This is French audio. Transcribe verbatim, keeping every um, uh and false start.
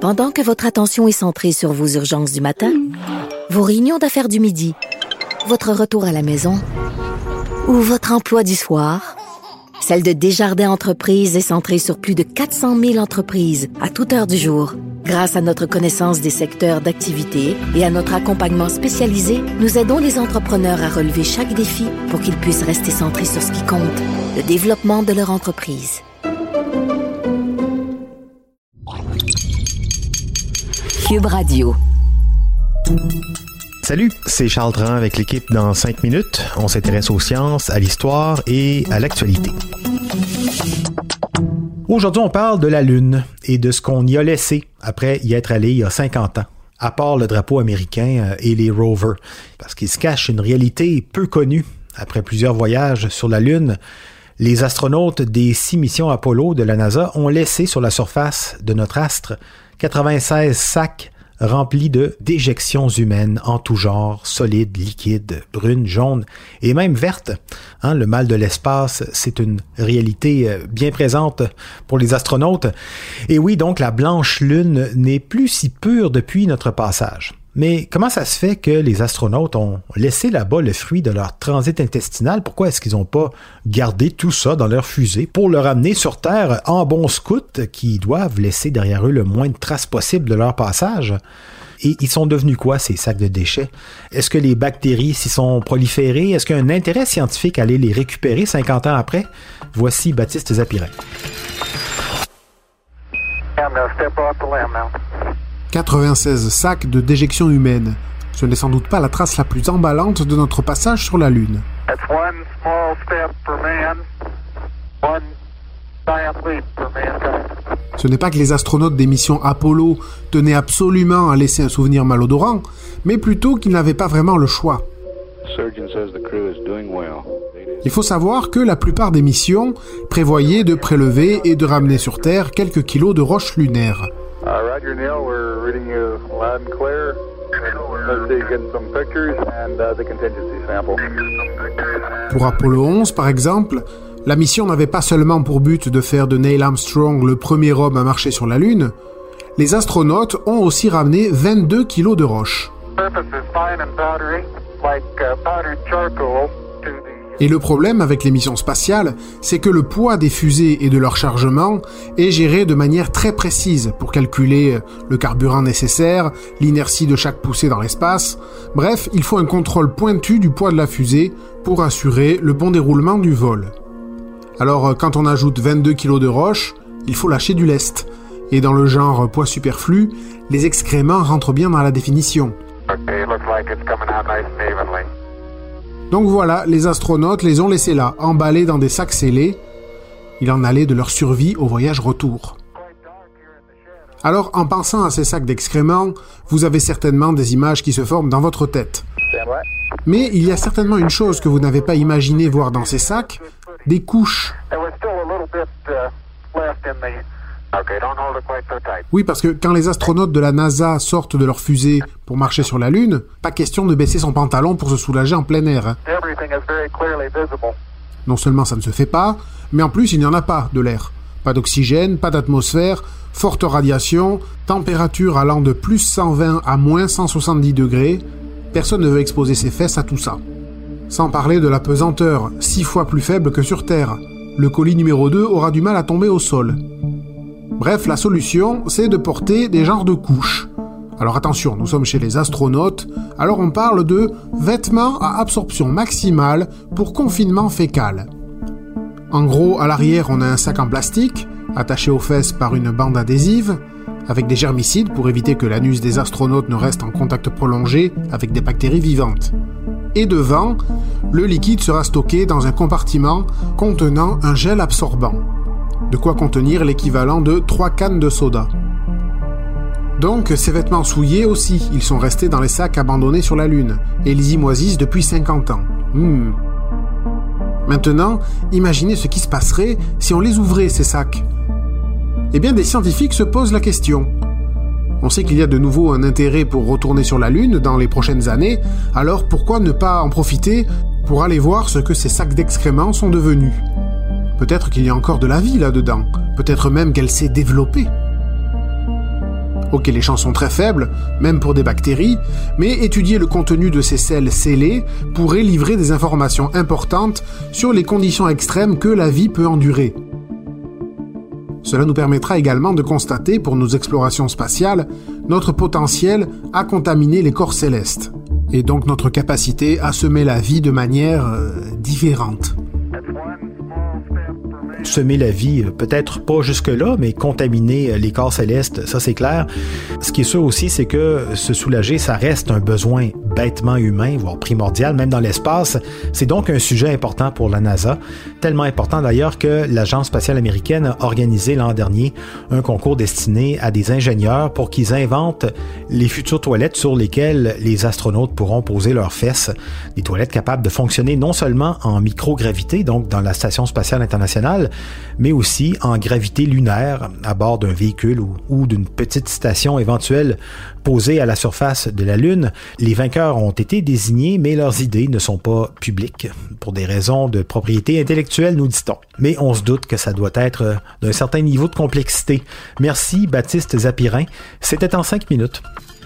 Pendant que votre attention est centrée sur vos urgences du matin, vos réunions d'affaires du midi, votre retour à la maison ou votre emploi du soir, celle de Desjardins Entreprises est centrée sur plus de quatre cent mille entreprises à toute heure du jour. Grâce à notre connaissance des secteurs d'activité et à notre accompagnement spécialisé, nous aidons les entrepreneurs à relever chaque défi pour qu'ils puissent rester centrés sur ce qui compte, le développement de leur entreprise. Cube Radio. Salut, c'est Charles Dran avec l'équipe dans cinq minutes. On s'intéresse aux sciences, à l'histoire et à l'actualité. Aujourd'hui, on parle de la Lune et de ce qu'on y a laissé après y être allé il y a cinquante ans, à part le drapeau américain et les rovers, parce qu'il se cache une réalité peu connue. Après plusieurs voyages sur la Lune, les astronautes des six missions Apollo de la NASA ont laissé sur la surface de notre astre quatre-vingt-seize sacs remplis de déjections humaines en tout genre, solides, liquides, brunes, jaunes et même vertes. Hein, le mal de l'espace, c'est une réalité bien présente pour les astronautes. Et oui, donc la blanche lune n'est plus si pure depuis notre passage. Mais comment ça se fait que les astronautes ont laissé là-bas le fruit de leur transit intestinal? Pourquoi est-ce qu'ils n'ont pas gardé tout ça dans leur fusée pour le ramener sur Terre en bons scouts qui doivent laisser derrière eux le moins de traces possible de leur passage? Et ils sont devenus quoi, ces sacs de déchets? Est-ce que les bactéries s'y sont proliférées? Est-ce qu'il y a un intérêt scientifique à aller les récupérer cinquante ans après? Voici Baptiste Zapirin. quatre-vingt-seize sacs de déjection humaine. Ce n'est sans doute pas la trace la plus emballante de notre passage sur la Lune. Ce n'est pas que les astronautes des missions Apollo tenaient absolument à laisser un souvenir malodorant, mais plutôt qu'ils n'avaient pas vraiment le choix. Il faut savoir que la plupart des missions prévoyaient de prélever et de ramener sur Terre quelques kilos de roches lunaires. Uh, Roger Neil, we're reading you loud and clear. Let's see, getting some pictures and uh, the contingency sample. Pour Apollo onze, par exemple, la mission n'avait pas seulement pour but de faire de Neil Armstrong le premier homme à marcher sur la Lune. Les astronautes ont aussi ramené vingt-deux kilos de roches. Et le problème avec les missions spatiales, c'est que le poids des fusées et de leur chargement est géré de manière très précise pour calculer le carburant nécessaire, l'inertie de chaque poussée dans l'espace. Bref, il faut un contrôle pointu du poids de la fusée pour assurer le bon déroulement du vol. Alors, quand on ajoute vingt-deux kilos de roches, il faut lâcher du lest. Et dans le genre poids superflu, les excréments rentrent bien dans la définition. Okay, looks like it's coming out nice and evenly. Donc voilà, les astronautes les ont laissés là, emballés dans des sacs scellés. Il en allait de leur survie au voyage retour. Alors, en pensant à ces sacs d'excréments, vous avez certainement des images qui se forment dans votre tête. Mais il y a certainement une chose que vous n'avez pas imaginé voir dans ces sacs, des couches. Oui, parce que quand les astronautes de la NASA sortent de leur fusée pour marcher sur la Lune, pas question de baisser son pantalon pour se soulager en plein air. Hein. Non seulement ça ne se fait pas, mais en plus il n'y en a pas de l'air. Pas d'oxygène, pas d'atmosphère, forte radiation, température allant de plus cent vingt à moins cent soixante-dix degrés. Personne ne veut exposer ses fesses à tout ça. Sans parler de la pesanteur, six fois plus faible que sur Terre. Le colis numéro deux aura du mal à tomber au sol. Bref, la solution, c'est de porter des genres de couches. Alors attention, nous sommes chez les astronautes, alors on parle de vêtements à absorption maximale pour confinement fécal. En gros, à l'arrière, on a un sac en plastique, attaché aux fesses par une bande adhésive, avec des germicides pour éviter que l'anus des astronautes ne reste en contact prolongé avec des bactéries vivantes. Et devant, le liquide sera stocké dans un compartiment contenant un gel absorbant. De quoi contenir l'équivalent de trois cannes de soda. Donc, ces vêtements souillés aussi, ils sont restés dans les sacs abandonnés sur la Lune, et ils y moisissent depuis cinquante ans. Mmh. Maintenant, imaginez ce qui se passerait si on les ouvrait, ces sacs. Eh bien, des scientifiques se posent la question. On sait qu'il y a de nouveau un intérêt pour retourner sur la Lune dans les prochaines années, alors pourquoi ne pas en profiter pour aller voir ce que ces sacs d'excréments sont devenus ? Peut-être qu'il y a encore de la vie là-dedans, peut-être même qu'elle s'est développée. Ok, les chances sont très faibles, même pour des bactéries, mais étudier le contenu de ces sels scellés pourrait livrer des informations importantes sur les conditions extrêmes que la vie peut endurer. Cela nous permettra également de constater, pour nos explorations spatiales, notre potentiel à contaminer les corps célestes, et donc notre capacité à semer la vie de manière euh, différente. Semer la vie, peut-être pas jusque-là, mais contaminer les corps célestes, ça c'est clair. Ce qui est sûr aussi, c'est que se soulager, ça reste un besoin bêtement humain, voire primordial, même dans l'espace. C'est donc un sujet important pour la NASA, tellement important d'ailleurs que l'Agence spatiale américaine a organisé l'an dernier un concours destiné à des ingénieurs pour qu'ils inventent les futures toilettes sur lesquelles les astronautes pourront poser leurs fesses. Des toilettes capables de fonctionner non seulement en microgravité, donc dans la Station spatiale internationale, mais aussi en gravité lunaire à bord d'un véhicule ou, ou d'une petite station éventuelle posée à la surface de la Lune. Les vainqueurs ont été désignés, mais leurs idées ne sont pas publiques pour des raisons de propriété intellectuelle, nous dit-on. Mais on se doute que ça doit être d'un certain niveau de complexité. Merci Baptiste Zapirin. C'était en cinq minutes.